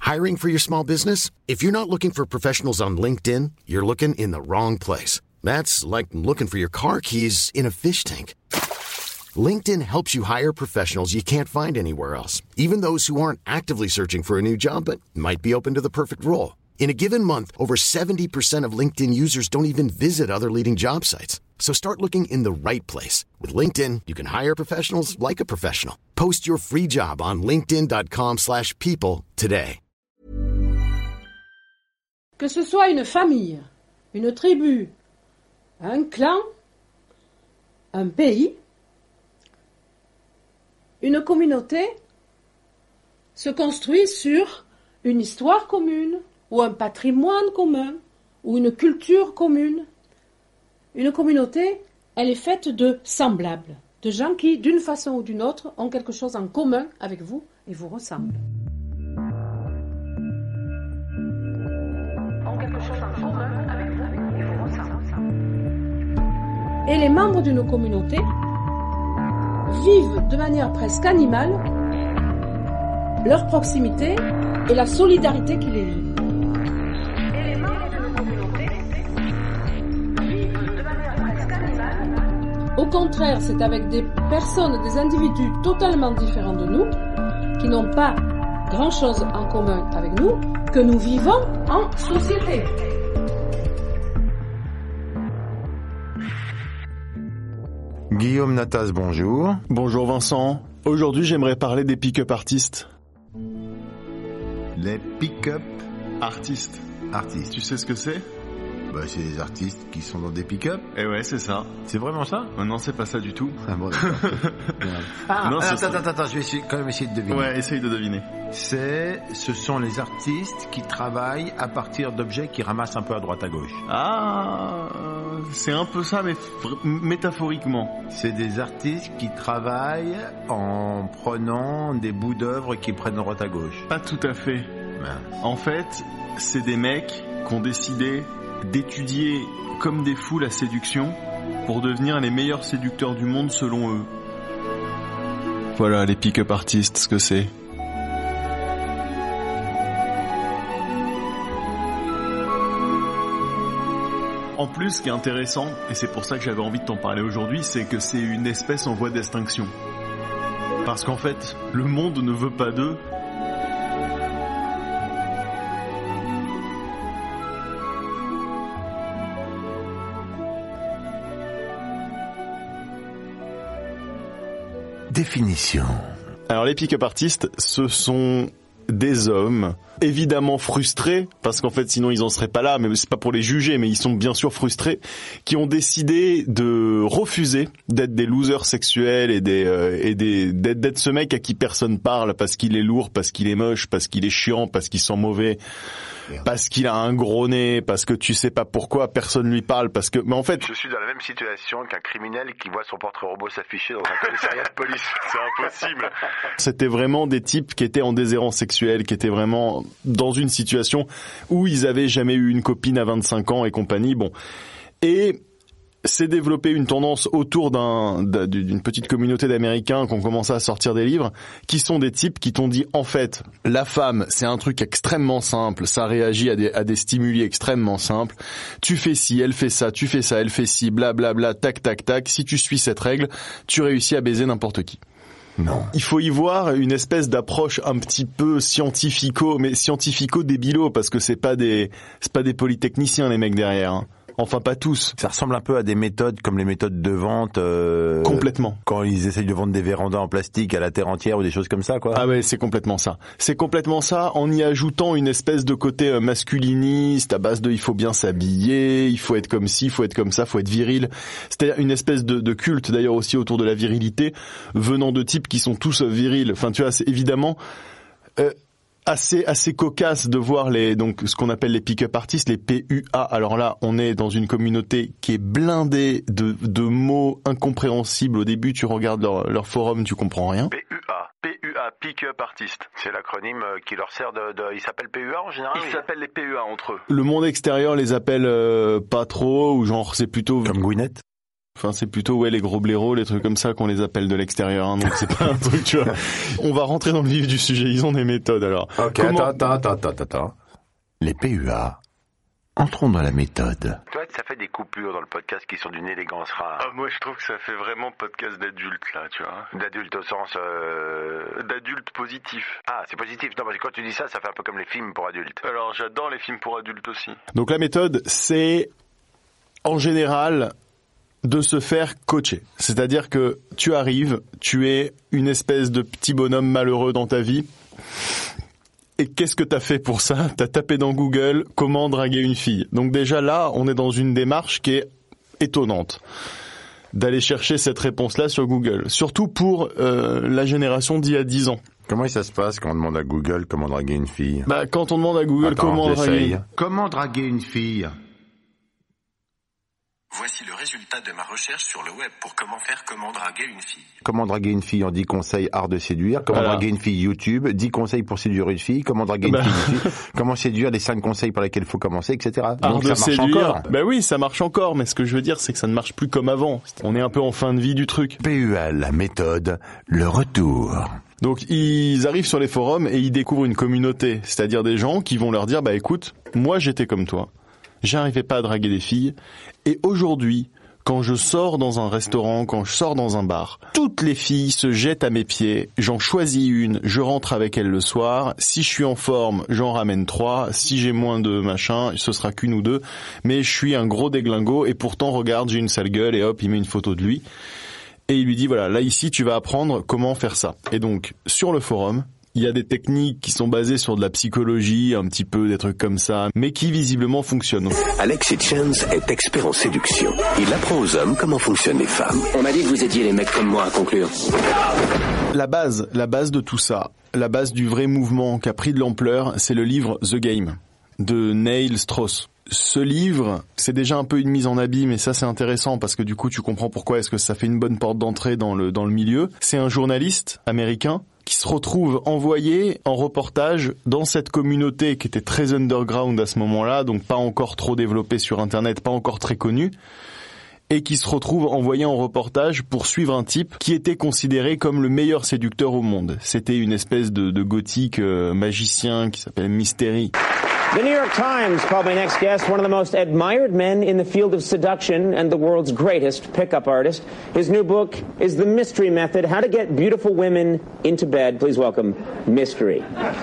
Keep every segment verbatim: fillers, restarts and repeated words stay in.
Hiring for your small business? If you're not looking for professionals on LinkedIn, you're looking in the wrong place. That's like looking for your car keys in a fish tank. LinkedIn helps you hire professionals you can't find anywhere else, even those who aren't actively searching for a new job but might be open to the perfect role. In a given month, over seventy percent of LinkedIn users don't even visit other leading job sites. So start looking in the right place. With LinkedIn, you can hire professionals like a professional. Post your free job on linkedin.com slash people today. Que ce soit une famille, une tribu, un clan, un pays, une communauté se construit sur une histoire commune, ou un patrimoine commun, ou une culture commune. Une communauté, elle est faite de semblables, de gens qui, d'une façon ou d'une autre, ont quelque chose en commun avec vous et vous ressemblent. Ont quelque chose en commun avec vous et vous ressemblent. Et les membres d'une communauté vivent de manière presque animale leur proximité et la solidarité qui les lie. Au contraire, c'est avec des personnes, des individus totalement différents de nous, qui n'ont pas grand-chose en commun avec nous, que nous vivons en société. Guillaume Natas, bonjour. Bonjour Vincent. Aujourd'hui, j'aimerais parler des pick-up artistes. Les pick-up Artistes. artistes. Tu sais ce que c'est ? Bah, c'est des artistes qui sont dans des pick-up. Eh ouais, c'est ça. C'est vraiment ça ? Oh non, c'est pas ça du tout. Ah bon, d'accord. ah, Non, attends, c'est- attends, attends, je vais essayer, quand même essayer de deviner. Ouais, essaye de deviner. C'est, ce sont les artistes qui travaillent à partir d'objets qu'ils ramassent un peu à droite à gauche. Ah, c'est un peu ça, mais fr- métaphoriquement. C'est des artistes qui travaillent en prenant des bouts d'œuvre qu'ils prennent à droite à gauche. Pas tout à fait. Mince. En fait, c'est des mecs qui ont décidé d'étudier comme des fous la séduction pour devenir les meilleurs séducteurs du monde selon eux. Voilà les pick-up artistes, ce que c'est. En plus, ce qui est intéressant, et c'est pour ça que j'avais envie de t'en parler aujourd'hui, c'est que c'est une espèce en voie d'extinction. Parce qu'en fait, le monde ne veut pas d'eux. Définition. Alors les pick-up artistes, ce sont des hommes évidemment frustrés, parce qu'en fait sinon ils en seraient pas là, mais c'est pas pour les juger, mais ils sont bien sûr frustrés, qui ont décidé de refuser d'être des losers sexuels et des euh, et des d'être, d'être ce mec à qui personne parle parce qu'il est lourd, parce qu'il est moche, parce qu'il est chiant, parce qu'il sent mauvais, parce qu'il a un gros nez, parce que tu sais pas pourquoi personne lui parle, parce que mais en fait Je suis dans la même situation qu'un criminel qui voit son portrait robot s'afficher dans un commissariat de police. C'est impossible. c'était vraiment des types qui étaient en déshérence sexuelle, qui étaient vraiment dans une situation où ils avaient jamais eu une copine à vingt-cinq ans et compagnie. Bon. Et s'est développée une tendance autour d'un, d'une petite communauté d'Américains qui ont commencé à sortir des livres, qui sont des types qui t'ont dit, en fait, la femme, c'est un truc extrêmement simple, ça réagit à des, à des stimuli extrêmement simples. Tu fais ci, elle fait ça, tu fais ça, elle fait ci, blablabla, bla, bla, tac, tac, tac. Si tu suis cette règle, tu réussis à baiser n'importe qui. Non. Il faut y voir une espèce d'approche un petit peu scientifico, mais scientifico-débilo, parce que c'est pas des, c'est pas des polytechniciens, les mecs derrière, hein. Enfin, pas tous. Ça ressemble un peu à des méthodes comme les méthodes de vente. Euh, Complètement. Quand ils essayent de vendre des vérandas en plastique à la terre entière ou des choses comme ça, quoi. Ah ouais, c'est complètement ça. C'est complètement ça, en y ajoutant une espèce de côté euh, masculiniste à base de il faut bien s'habiller, il faut être comme ci, il faut être comme ça, il faut être viril. C'est-à-dire une espèce de, de culte d'ailleurs aussi autour de la virilité venant de types qui sont tous euh, virils. Enfin, tu vois, c'est évidemment euh, assez assez cocasse de voir les donc ce qu'on appelle les pick-up artistes, les P U A. Alors là, on est dans une communauté qui est blindée de de mots incompréhensibles. Au début, tu regardes leur leur forum, tu comprends rien. P U A. P U A, Pick-up Artist. C'est l'acronyme qui leur sert de... de... Ils s'appellent P U A en général. Ils s'appellent les P U A entre eux. Le monde extérieur les appelle euh, pas trop, ou genre c'est plutôt Comme Gwyneth. Enfin, c'est plutôt, ouais, les gros blaireaux, les trucs comme ça qu'on les appelle de l'extérieur, hein, donc c'est pas un truc, tu vois. On va rentrer dans le vif du sujet, ils ont des méthodes, alors. Ok, Comment... attends, attends, attends, attends, attends. Les P U A. Entrons dans la méthode. Toi, ça fait des coupures dans le podcast qui sont d'une élégance rare. Ah, moi, je trouve que ça fait vraiment podcast d'adulte, là, tu vois. D'adulte au sens... Euh... D'adulte positif. Ah, c'est positif. Non, parce que quand tu dis ça, ça fait un peu comme les films pour adultes. Alors, j'adore les films pour adultes aussi. Donc la méthode, c'est, en général, de se faire coacher. C'est-à-dire que tu arrives, tu es une espèce de petit bonhomme malheureux dans ta vie. Et qu'est-ce que t'as fait pour ça? T'as tapé dans Google « Comment draguer une fille ». Donc déjà là, on est dans une démarche qui est étonnante d'aller chercher cette réponse-là sur Google. Surtout pour euh, la génération d'il y a dix ans. Comment ça se passe quand on demande à Google comment draguer une fille? Bah quand on demande à Google Attends, comment draguer... Comment draguer une fille? Voici le résultat de ma recherche sur le web pour comment faire comment draguer une fille. Comment draguer une fille en dix conseils art de séduire. Comment voilà. draguer une fille YouTube. dix conseils pour séduire une fille. Comment draguer bah. une fille YouTube. Comment séduire les cinq conseils par lesquels il faut commencer, et cetera. Art Donc de ça marche séduire. encore. Bah oui, ça marche encore, mais ce que je veux dire, c'est que ça ne marche plus comme avant. On est un peu en fin de vie du truc. P U A, la méthode, le retour. Donc ils arrivent sur les forums et ils découvrent une communauté, c'est-à-dire des gens qui vont leur dire, bah écoute, moi j'étais comme toi, j'arrivais pas à draguer des filles, et aujourd'hui, quand je sors dans un restaurant, quand je sors dans un bar, toutes les filles se jettent à mes pieds, j'en choisis une, je rentre avec elle le soir, si je suis en forme, j'en ramène trois, si j'ai moins de machin, ce sera qu'une ou deux, mais je suis un gros déglingo et pourtant regarde, j'ai une sale gueule et hop, il met une photo de lui. Et il lui dit voilà, là ici tu vas apprendre comment faire ça. Et donc, sur le forum, il y a des techniques qui sont basées sur de la psychologie, un petit peu des trucs comme ça, mais qui visiblement fonctionnent. Alex Hitchens est expert en séduction. Il apprend aux hommes comment fonctionnent les femmes. On m'a dit que vous aidiez les mecs comme moi à conclure. La base, la base de tout ça, la base du vrai mouvement qui a pris de l'ampleur, c'est le livre The Game de Neil Strauss. Ce livre, c'est déjà un peu une mise en abîme, et ça c'est intéressant parce que du coup tu comprends pourquoi est-ce que ça fait une bonne porte d'entrée dans le dans le milieu. C'est un journaliste américain qui se retrouve envoyé en reportage dans cette communauté qui était très underground à ce moment-là, donc pas encore trop développée sur Internet, pas encore très connue, et qui se retrouve envoyé en reportage pour suivre un type qui était considéré comme le meilleur séducteur au monde. C'était une espèce de, de gothique euh, magicien qui s'appelle Mystery. The New York Times called my next guest one of the most admired men in the field of seduction and the world's greatest pickup artist. His new book is The Mystery Method, How to Get Beautiful Women into Bed. Please welcome Mystery.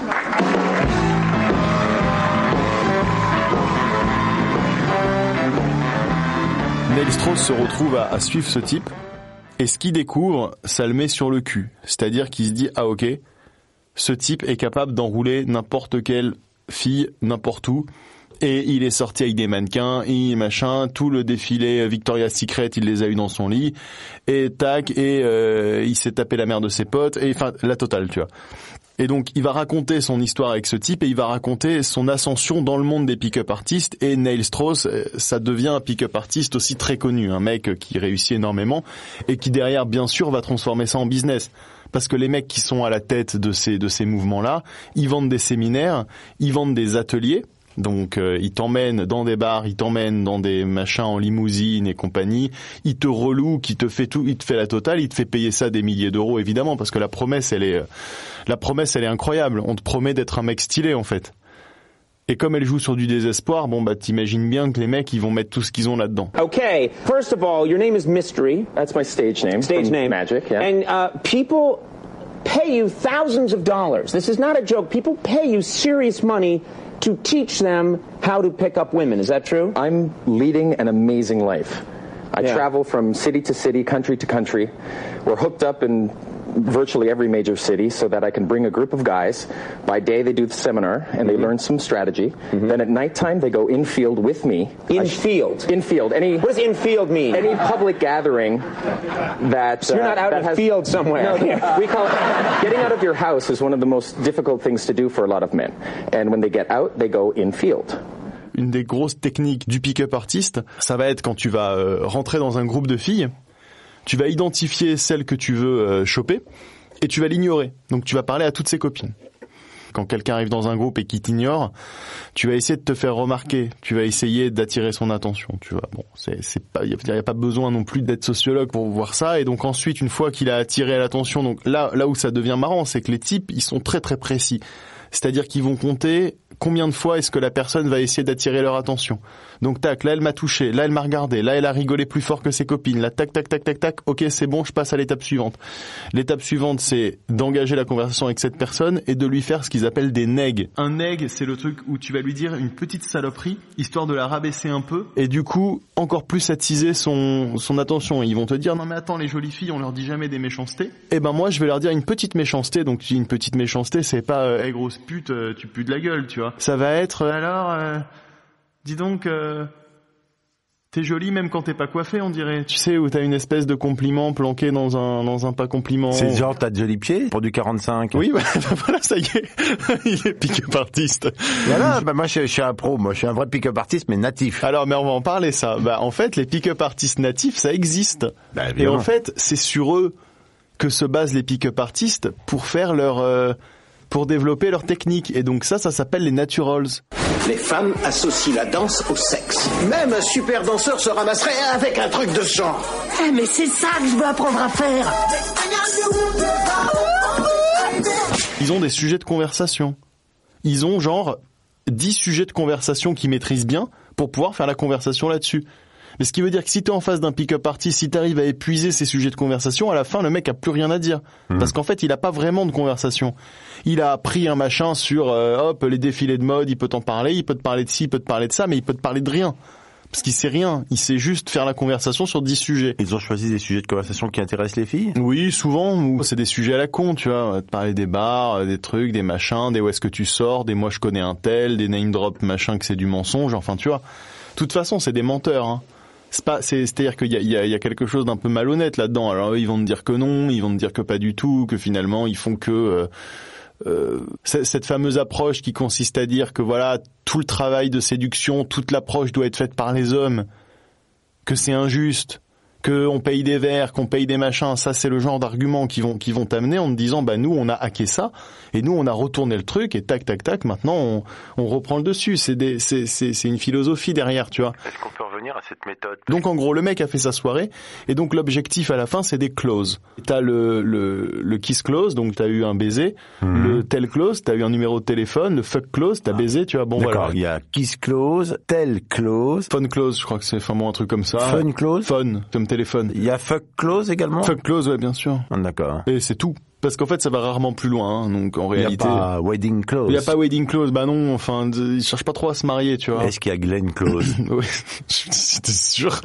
Neil Strauss se retrouve à, à suivre ce type, et ce qu'il découvre, ça le met sur le cul. C'est-à-dire qu'il se dit, ah ok, ce type est capable d'enrouler n'importe quelle fille, n'importe où, et il est sorti avec des mannequins, et machin, tout le défilé Victoria's Secret, il les a eu dans son lit, et tac, et euh, il s'est tapé la mère de ses potes, et enfin, la totale, tu vois. Et donc, il va raconter son histoire avec ce type, et il va raconter son ascension dans le monde des pick-up artistes, et Neil Strauss, ça devient un pick-up artiste aussi très connu, un mec qui réussit énormément, et qui derrière, bien sûr, va transformer ça en business. Parce que les mecs qui sont à la tête de ces de ces mouvements-là, ils vendent des séminaires, ils vendent des ateliers. Donc euh, ils t'emmènent dans des bars, ils t'emmènent dans des machins en limousine et compagnie, ils te relouent, qui te fait tout, il te fait la totale, il te fait payer ça des milliers d'euros évidemment parce que la promesse elle est la promesse elle est incroyable, on te promet d'être un mec stylé en fait. Et comme elle joue sur du désespoir, bon bah t'imagines bien que les mecs ils vont mettre tout ce qu'ils ont là-dedans. Okay, first of all, your name is Mystery. That's my stage name. Stage name. Magic, yeah. And uh, people pay you thousands of dollars. This is not a joke. People pay you serious money to teach them how to pick up women. Is that true? I'm leading an amazing life. I yeah. travel from city to city, country to country. We're hooked up in virtually every major city so that I can bring a group of guys. By day they do the seminar and they mm-hmm. learn some strategy. Mm-hmm. Then at nighttime they go in field with me. In field? In field. Any, what does in field mean? Any public gathering that... So you're not out uh, in a has, field somewhere. No, we call it... Getting out of your house is one of the most difficult things to do for a lot of men. And when they get out, they go in field. Une des grosses techniques du pick-up artiste, ça va être quand tu vas euh, rentrer dans un groupe de filles, tu vas identifier celle que tu veux euh, choper et tu vas l'ignorer. Donc tu vas parler à toutes ses copines. quand quelqu'un arrive dans un groupe et qui t'ignore, tu vas essayer de te faire remarquer, tu vas essayer d'attirer son attention, tu vois. Bon, c'est c'est pas, il y, y a pas besoin non plus d'être sociologue pour voir ça. Et donc ensuite, une fois qu'il a attiré l'attention, donc là là où ça devient marrant, c'est que les types, ils sont très très précis. C'est-à-dire qu'ils vont compter combien de fois est-ce que la personne va essayer d'attirer leur attention. Donc tac, là elle m'a touché, là elle m'a regardé, là elle a rigolé plus fort que ses copines, là tac tac tac tac tac, ok c'est bon, je passe à l'étape suivante. L'étape suivante c'est d'engager la conversation avec cette personne et de lui faire ce qu'ils appellent des negs. Un neg c'est le truc où tu vas lui dire une petite saloperie, histoire de la rabaisser un peu, et du coup encore plus attiser son, son attention. Ils vont te dire non mais attends, les jolies filles on leur dit jamais des méchancetés. Et ben moi je vais leur dire une petite méchanceté, donc une petite méchanceté c'est pas euh, hey, grosse pute, euh, tu pues de la gueule, tu vois. Ça va être euh, alors euh, dis donc, euh, t'es jolie même quand t'es pas coiffée, on dirait. Tu sais, où t'as une espèce de compliment planqué dans un dans un pas compliment. C'est genre t'as de jolis pieds pour du quarante-cinq. Oui, bah, voilà, ça y est, il est pick-up artiste. Voilà, bah moi je, je suis un pro, moi je suis un vrai pick-up artiste mais natif. Alors, mais on va en parler ça. Bah en fait, les pick-up artistes natifs, ça existe. Bah, et en fait, c'est sur eux que se basent les pick-up artistes pour faire leur euh, pour développer leur technique. Et donc ça, ça s'appelle les naturals. Les femmes associent la danse au sexe. Même un super danseur se ramasserait avec un truc de ce genre. Eh mais c'est ça que je veux apprendre à faire. Ils ont des sujets de conversation. Ils ont genre dix sujets de conversation qu'ils maîtrisent bien pour pouvoir faire la conversation là-dessus. Mais ce qui veut dire que si t'es en face d'un pick-up artist, si t'arrives à épuiser ces sujets de conversation, à la fin, le mec a plus rien à dire. Mmh. Parce qu'en fait, il a pas vraiment de conversation. Il a appris un machin sur, euh, hop, les défilés de mode, il peut t'en parler, il peut te parler de ci, il peut te parler de ça, mais il peut te parler de rien. Parce qu'il sait rien. Il sait juste faire la conversation sur dix sujets. Ils ont choisi des sujets de conversation qui intéressent les filles? Oui, souvent. Ou c'est des sujets à la con, tu vois. Te parler des bars, des trucs, des machins, des où est-ce que tu sors, des moi je connais un tel, des name drop machin que c'est du mensonge, enfin, tu vois. De toute façon, c'est des menteurs, hein. C'est pas, c'est, c'est-à-dire qu'il y a, il y a, il y a quelque chose d'un peu malhonnête là-dedans. Alors eux, ils vont te dire que non, ils vont te dire que pas du tout, que finalement ils font que euh, euh, cette fameuse approche qui consiste à dire que voilà, tout le travail de séduction, toute l'approche doit être faite par les hommes, que c'est injuste, qu'on paye des verres, qu'on paye des machins. Ça, c'est le genre d'arguments qui vont qui vont t'amener en te disant bah nous on a hacké ça et nous on a retourné le truc et tac tac tac. Maintenant on on reprend le dessus. C'est des c'est c'est c'est une philosophie derrière, tu vois. Est-ce qu'on peut revenir à cette méthode? Donc en gros le mec a fait sa soirée et donc l'objectif à la fin c'est des closes. T'as le le le kiss close, donc t'as eu un baiser, mmh. le tel close, t'as eu un numéro de téléphone, le fuck close, t'as ah. baisé, tu vois. Bon D'accord, voilà. Il y a kiss close, tel close, fun close, je crois que c'est enfin bon un truc comme ça. Fun close, fun comme téléphone. Il y a fuck close également? Fuck close, ouais, bien sûr. Ah, d'accord. Et c'est tout. Parce qu'en fait, ça va rarement plus loin, hein, donc en réalité. Il n'y a pas wedding close. Il n'y a pas wedding close, bah non, enfin, ils cherchent pas trop à se marier, tu vois. Est-ce qu'il y a Glenn close? Oui, j'étais sûr.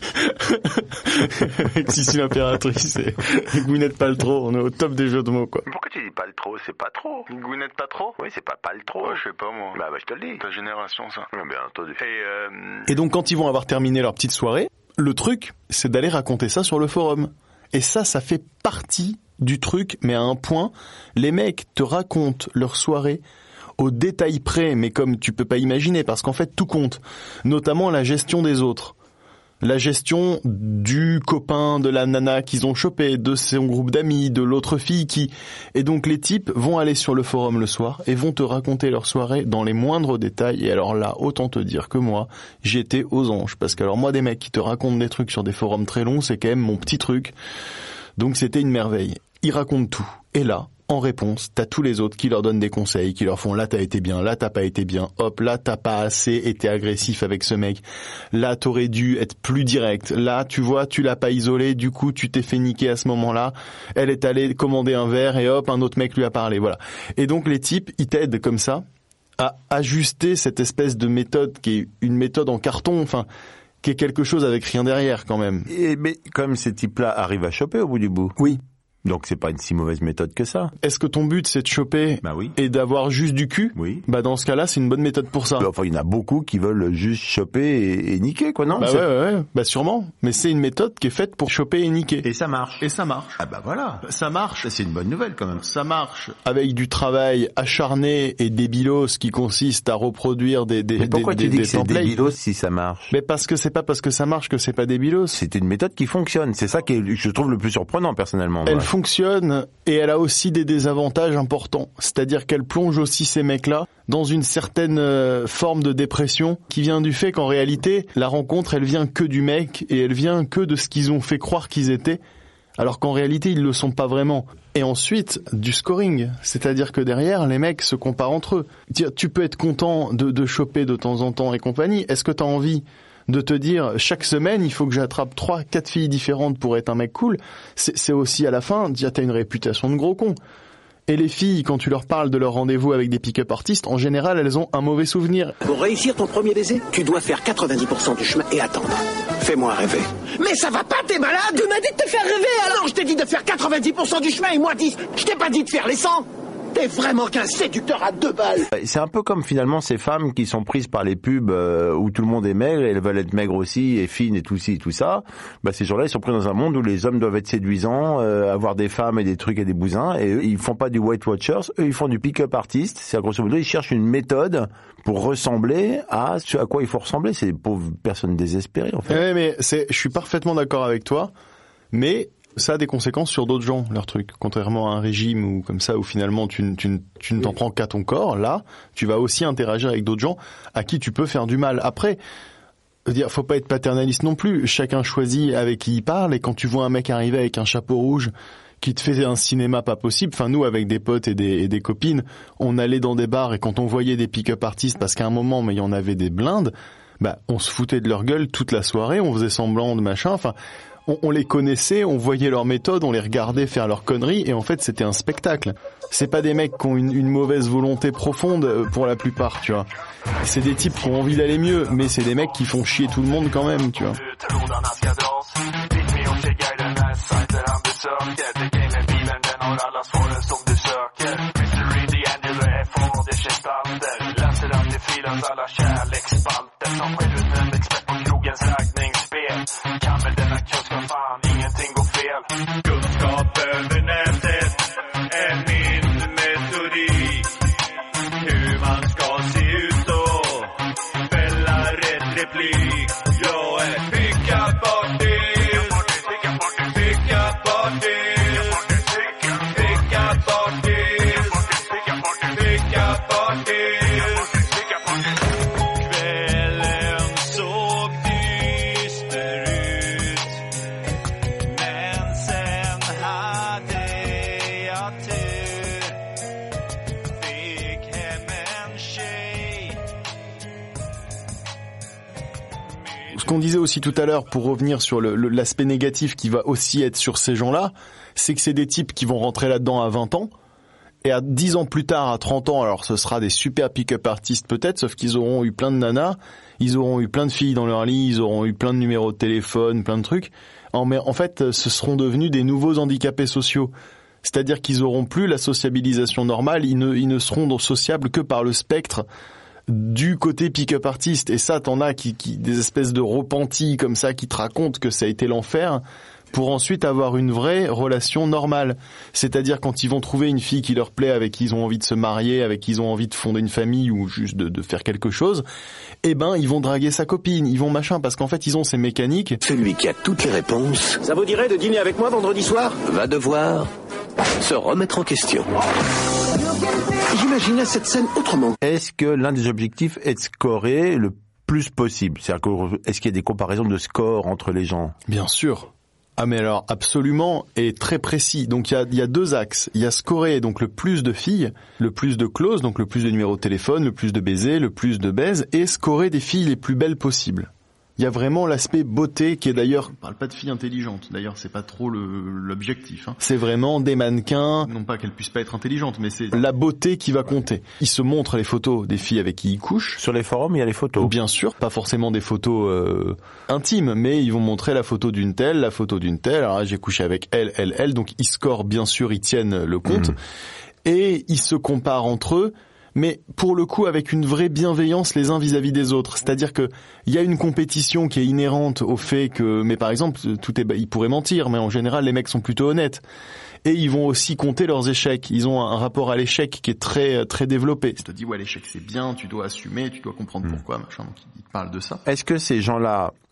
Avec Sissi l'impératrice et Gwyneth Paltrow, on est au top des jeux de mots, quoi. Pourquoi tu dis Paltrow? C'est pas trop. Gwyneth Paltrow? Oui, c'est pas Paltrow. Ouais, je sais pas, moi. Bah, bah, je te le dis. Ta génération, ça. Ouais, bien entendu. Et, euh... et donc, quand ils vont avoir terminé leur petite soirée, le truc, c'est d'aller raconter ça sur le forum. Et ça, ça fait partie du truc, mais à un point, les mecs te racontent leur soirée au détail près, mais comme tu peux pas imaginer, parce qu'en fait, tout compte. Notamment la gestion des autres. La gestion du copain, de la nana qu'ils ont chopé, de son groupe d'amis, de l'autre fille qui... Et donc les types vont aller sur le forum le soir et vont te raconter leur soirée dans les moindres détails. Et alors là, autant te dire que moi, j'étais aux anges. Parce que alors moi, des mecs qui te racontent des trucs sur des forums très longs, c'est quand même mon petit truc. Donc c'était une merveille. Ils racontent tout. Et là, en réponse, t'as tous les autres qui leur donnent des conseils, qui leur font là t'as été bien, là t'as pas été bien, hop, là t'as pas assez été agressif avec ce mec, là t'aurais dû être plus direct, là tu vois tu l'as pas isolé, du coup tu t'es fait niquer à ce moment-là, elle est allée commander un verre et hop un autre mec lui a parlé, voilà. Et donc les types, ils t'aident comme ça à ajuster cette espèce de méthode qui est une méthode en carton, enfin qui est quelque chose avec rien derrière quand même. Et mais comme ces types-là arrivent à choper au bout du bout. Oui. Donc c'est pas une si mauvaise méthode que ça. Est-ce que ton but c'est de choper bah oui. et d'avoir juste du cul? Oui. Bah dans ce cas-là, c'est une bonne méthode pour ça. Enfin, il y en a beaucoup qui veulent juste choper et, et niquer, quoi, non? Bah ouais, ouais, ouais, bah sûrement. Mais c'est une méthode qui est faite pour choper et niquer. Et ça marche. Et ça marche. Ah bah voilà. Ça marche. Ça, c'est une bonne nouvelle quand même. Ça marche avec du travail acharné et débilos qui consiste à reproduire des des Mais pourquoi des, tu des, dis des que c'est templates. débilos si ça marche? Mais parce que c'est pas parce que ça marche que c'est pas débilos. C'est une méthode qui fonctionne. C'est ça qui est, je trouve le plus surprenant personnellement. Elle moi. fonctionne et elle a aussi des désavantages importants. C'est-à-dire qu'elle plonge aussi ces mecs-là dans une certaine euh, forme de dépression qui vient du fait qu'en réalité, la rencontre, elle vient que du mec et elle vient que de ce qu'ils ont fait croire qu'ils étaient, alors qu'en réalité, ils le sont pas vraiment. Et ensuite, du scoring. C'est-à-dire que derrière, les mecs se comparent entre eux. Tu peux être content de, de choper de temps en temps et compagnie. Est-ce que t'as envie de te dire, chaque semaine, il faut que j'attrape trois, quatre filles différentes pour être un mec cool? C'est, c'est aussi à la fin, t'as une réputation de gros con. Et les filles, quand tu leur parles de leur rendez-vous avec des pick-up artistes, en général, elles ont un mauvais souvenir. Pour réussir ton premier baiser, tu dois faire quatre-vingt-dix pour cent du chemin et attendre. Fais-moi rêver. Mais ça va pas, t'es malade? Tu m'as dit de te faire rêver, alors? Non, je t'ai dit de faire quatre-vingt-dix pour cent du chemin et moi dix. Je t'ai pas dit de faire les cent. T'es vraiment qu'un séducteur à deux balles. C'est un peu comme finalement ces femmes qui sont prises par les pubs euh, où tout le monde est maigre et elles veulent être maigres aussi et fines et tout ci et tout ça. Bah ces gens-là ils sont pris dans un monde où les hommes doivent être séduisants, euh, avoir des femmes et des trucs et des bousins, et eux ils font pas du Weight Watchers, eux ils font du pick-up artist. C'est à grosso modo ils cherchent une méthode pour ressembler à ce à quoi il faut ressembler. C'est des pauvres personnes désespérées en fait. Ouais, mais c'est, je suis parfaitement d'accord avec toi, mais ça a des conséquences sur d'autres gens, leur truc. Contrairement à un régime ou comme ça, où finalement tu, tu, tu ne t'en prends qu'à ton corps, là, tu vas aussi interagir avec d'autres gens à qui tu peux faire du mal. Après, dire, faut pas être paternaliste non plus. Chacun choisit avec qui il parle, et quand tu vois un mec arriver avec un chapeau rouge qui te fait un cinéma pas possible, enfin nous avec des potes et des, et des copines, on allait dans des bars et quand on voyait des pick-up artistes, parce qu'à un moment, mais il y en avait des blindes, bah on se foutait de leur gueule toute la soirée, on faisait semblant de machin, enfin... On, on les connaissait, on voyait leurs méthodes, on les regardait faire leurs conneries, et en fait c'était un spectacle. C'est pas des mecs qui ont une, une mauvaise volonté profonde pour la plupart, tu vois. C'est des types qui ont envie d'aller mieux, mais c'est des mecs qui font chier tout le monde quand même, tu vois. Kan med denna kunskap fan ingenting går fel. Kunskap över nätet är min metodik. Hur man ska se ut och fälla rätt replik. Jag är pick-up artist. Pick-up artist. Pick-up artist. Pick-up artist. Kvällen såg dyster ut, men sen hade jag tur. Fick hem en tjej. Ce qu'on disait aussi tout à l'heure, pour revenir sur le, le, l'aspect négatif qui va aussi être sur ces gens-là, c'est que c'est des types qui vont rentrer là-dedans à vingt ans, et à dix ans plus tard, à trente ans, alors ce sera des super pick-up artistes peut-être, sauf qu'ils auront eu plein de nanas, ils auront eu plein de filles dans leur lit, ils auront eu plein de numéros de téléphone, plein de trucs. En, mais en fait, ce seront devenus des nouveaux handicapés sociaux. C'est-à-dire qu'ils auront plus la sociabilisation normale, ils ne, ils ne seront sociables que par le spectre du côté pick-up artiste. Et ça, t'en as qui, qui, des espèces de repentis comme ça qui te racontent que ça a été l'enfer, pour ensuite avoir une vraie relation normale. C'est-à-dire quand ils vont trouver une fille qui leur plaît, avec qui ils ont envie de se marier, avec qui ils ont envie de fonder une famille ou juste de, de faire quelque chose, eh ben ils vont draguer sa copine, ils vont machin, parce qu'en fait ils ont ces mécaniques. Celui qui a toutes les réponses, Ça vous dirait de dîner avec moi vendredi soir? va devoir se remettre en question. J'imaginais cette scène autrement. Est-ce que l'un des objectifs est de scorer le plus possible? C'est-à-dire que, est-ce qu'il y a des comparaisons de score entre les gens? Bien sûr. Ah mais alors absolument, et très précis. Donc il y a, il y a deux axes. Il y a scorer donc le plus de filles, le plus de closes, donc le plus de numéros de téléphone, le plus de baisers, le plus de baises, et scorer des filles les plus belles possibles. Il y a vraiment l'aspect beauté qui est d'ailleurs, on parle pas de filles intelligentes, d'ailleurs c'est pas trop le, l'objectif, hein. C'est vraiment des mannequins, non pas qu'elles puissent pas être intelligentes, mais c'est la beauté qui va compter. Ils se montrent les photos des filles avec qui ils couchent. Sur les forums, il y a les photos. Bien sûr, pas forcément des photos euh, intimes, mais ils vont montrer la photo d'une telle, la photo d'une telle, alors là, j'ai couché avec elle, elle, elle, donc ils scorent bien sûr, ils tiennent le compte, mmh. Et ils se comparent entre eux, mais pour le coup avec une vraie bienveillance les uns vis-à-vis des autres. C'est-à-dire que il y a une compétition qui est inhérente au fait que, mais par exemple, tout est, ils pourraient mentir, mais en général les mecs sont plutôt honnêtes. Et ils vont aussi compter leurs échecs. Ils ont un rapport à l'échec qui est très très développé. Je te dis ouais, l'échec c'est bien, tu dois assumer, tu dois comprendre mmh. pourquoi, machin. Donc ils te parlent de ça. Est-ce que ces gens-là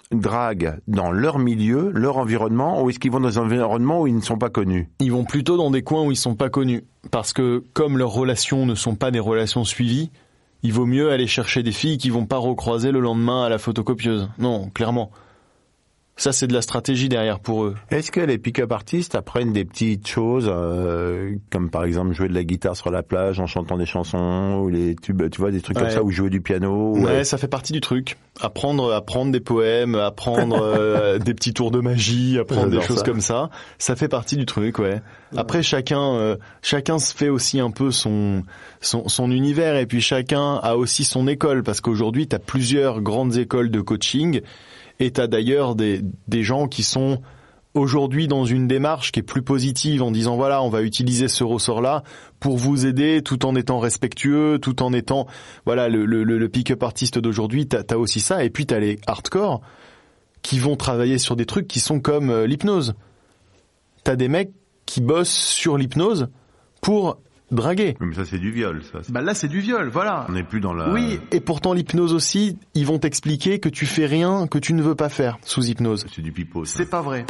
draguent dans leur milieu, leur environnement, ou est-ce qu'ils vont dans un environnement où ils ne sont pas connus? Ils vont plutôt dans des coins où ils sont pas connus. Parce que comme leurs relations ne sont pas des relations suivies, il vaut mieux aller chercher des filles qui vont pas recroiser le lendemain à la photocopieuse. Non, clairement. Ça, c'est de la stratégie derrière pour eux. Est-ce que les pick-up artistes apprennent des petites choses, euh, comme par exemple jouer de la guitare sur la plage en chantant des chansons, ou les tubes, tu vois, des trucs ouais. comme ça, ou jouer du piano? Ouais, ouais, ça fait partie du truc. Apprendre, apprendre des poèmes, apprendre euh, des petits tours de magie, apprendre J'adore des choses ça. comme ça. Ça fait partie du truc, ouais. Après, chacun, euh, chacun se fait aussi un peu son, son, son univers, et puis chacun a aussi son école, parce qu'aujourd'hui, t'as plusieurs grandes écoles de coaching. Et t'as d'ailleurs des, des gens qui sont aujourd'hui dans une démarche qui est plus positive en disant voilà, on va utiliser ce ressort-là pour vous aider tout en étant respectueux, tout en étant, voilà, le, le, le pick-up artiste d'aujourd'hui, t'as, t'as aussi ça. Et puis t'as les hardcore qui vont travailler sur des trucs qui sont comme euh, l'hypnose. T'as des mecs qui bossent sur l'hypnose pour draguer. Mais ça, c'est du viol, ça. Bah là, c'est du viol, voilà. On n'est plus dans la... Oui, et pourtant l'hypnose aussi, ils vont t'expliquer que tu fais rien que tu ne veux pas faire sous hypnose. C'est du pipeau, ça. C'est pas vrai.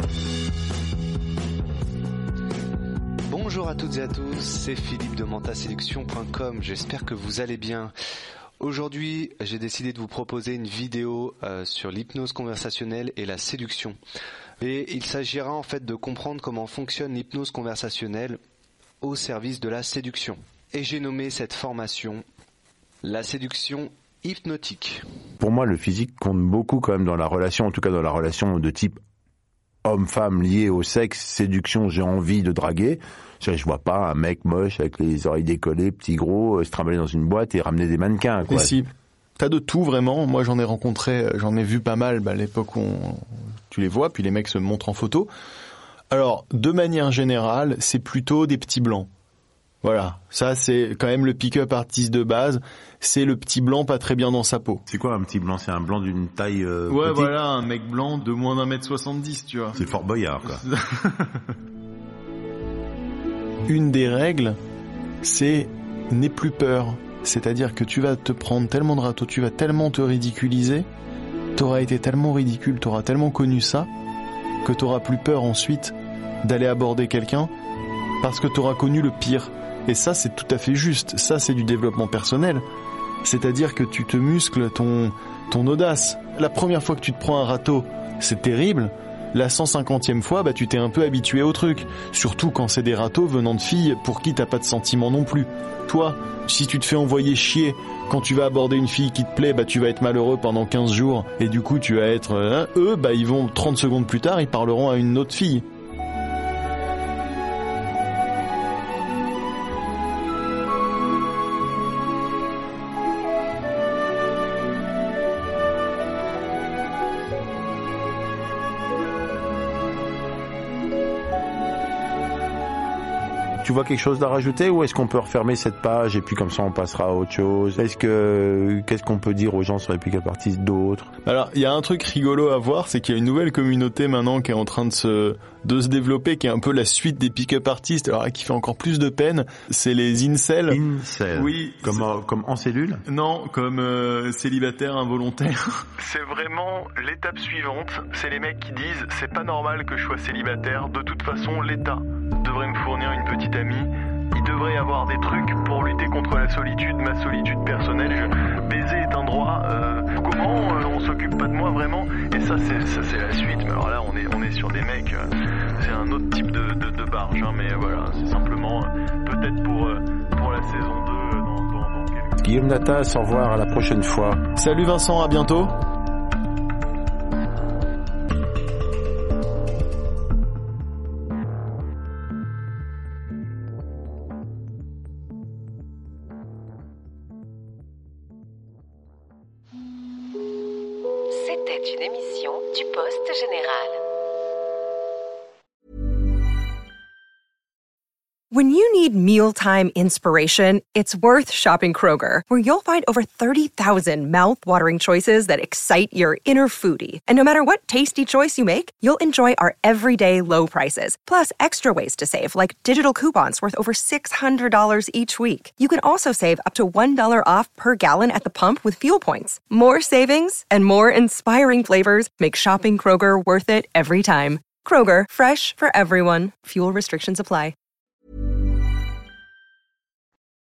Bonjour à toutes et à tous, c'est Philippe de menta séduction point com, j'espère que vous allez bien. Aujourd'hui, j'ai décidé de vous proposer une vidéo euh, sur l'hypnose conversationnelle et la séduction. Et il s'agira en fait de comprendre comment fonctionne l'hypnose conversationnelle au service de la séduction. Et j'ai nommé cette formation la séduction hypnotique. Pour moi, le physique compte beaucoup quand même dans la relation, en tout cas dans la relation de type homme-femme liée au sexe, séduction, j'ai envie de draguer. Je vois pas un mec moche avec les oreilles décollées, petit gros, se trimballer dans une boîte et ramener des mannequins, quoi. Et si, t'as de tout vraiment. Moi, j'en ai rencontré, j'en ai vu pas mal, bah, à l'époque où on, tu les vois, puis les mecs se montrent en photo. Alors, de manière générale, c'est plutôt des petits blancs. Voilà, ça c'est quand même le pick-up artiste de base, c'est le petit blanc pas très bien dans sa peau. C'est quoi un petit blanc? C'est un blanc d'une taille euh, Ouais, petite? voilà, un mec blanc de moins d'un mètre soixante-dix, tu vois. C'est Fort Boyard, quoi. Une des règles, c'est n'aie plus peur. C'est-à-dire que tu vas te prendre tellement de râteaux, tu vas tellement te ridiculiser, t'auras été tellement ridicule, t'auras tellement connu ça, que t'auras plus peur ensuite d'aller aborder quelqu'un parce que t'auras connu le pire. Et ça, c'est tout à fait juste. Ça, c'est du développement personnel. C'est-à-dire que tu te muscles ton, ton audace. La première fois que tu te prends un râteau, c'est terrible. La cent cinquantième fois, bah, tu t'es un peu habitué au truc. Surtout quand c'est des râteaux venant de filles pour qui t'as pas de sentiments non plus. Toi, si tu te fais envoyer chier quand tu vas aborder une fille qui te plaît, bah, tu vas être malheureux pendant quinze jours. Et du coup, tu vas être, hein, eux, bah, ils vont trente secondes plus tard, ils parleront à une autre fille. Tu vois quelque chose à rajouter ou est-ce qu'on peut refermer cette page et puis comme ça on passera à autre chose? Est-ce que qu'est-ce qu'on peut dire aux gens sur les pick-up artistes d'autres? Alors, il y a un truc rigolo à voir, c'est qu'il y a une nouvelle communauté maintenant qui est en train de se de se développer, qui est un peu la suite des pick-up artistes, alors qui fait encore plus de peine. C'est les incels. Incels. Oui. Comme en, comme en cellule? Non, comme euh, célibataire involontaire. C'est vraiment l'étape suivante. C'est les mecs qui disent c'est pas normal que je sois célibataire. De toute façon, l'État devrait me fournir une petite amie. Il devrait y avoir des trucs pour lutter contre la solitude, ma solitude personnelle. Je... Baiser est un droit. Euh, comment euh, on s'occupe pas de moi vraiment? Et ça, c'est ça, c'est la suite. Mais alors là, on est on est sur des mecs. Euh, c'est un autre type de de, de barge. Hein, mais voilà, c'est simplement euh, peut-être pour euh, pour la saison deux. Euh, dans, dans, dans quelques... Guillaume Natas, au revoir, à la prochaine fois. Salut Vincent, à bientôt. C'était une émission du Poste Général. When you need mealtime inspiration, it's worth shopping Kroger, where you'll find over thirty thousand mouth-watering choices that excite your inner foodie. And no matter what tasty choice you make, you'll enjoy our everyday low prices, plus extra ways to save, like digital coupons worth over six hundred dollars each week. You can also save up to one dollar off per gallon at the pump with fuel points. More savings and more inspiring flavors make shopping Kroger worth it every time. Kroger, fresh for everyone. Fuel restrictions apply.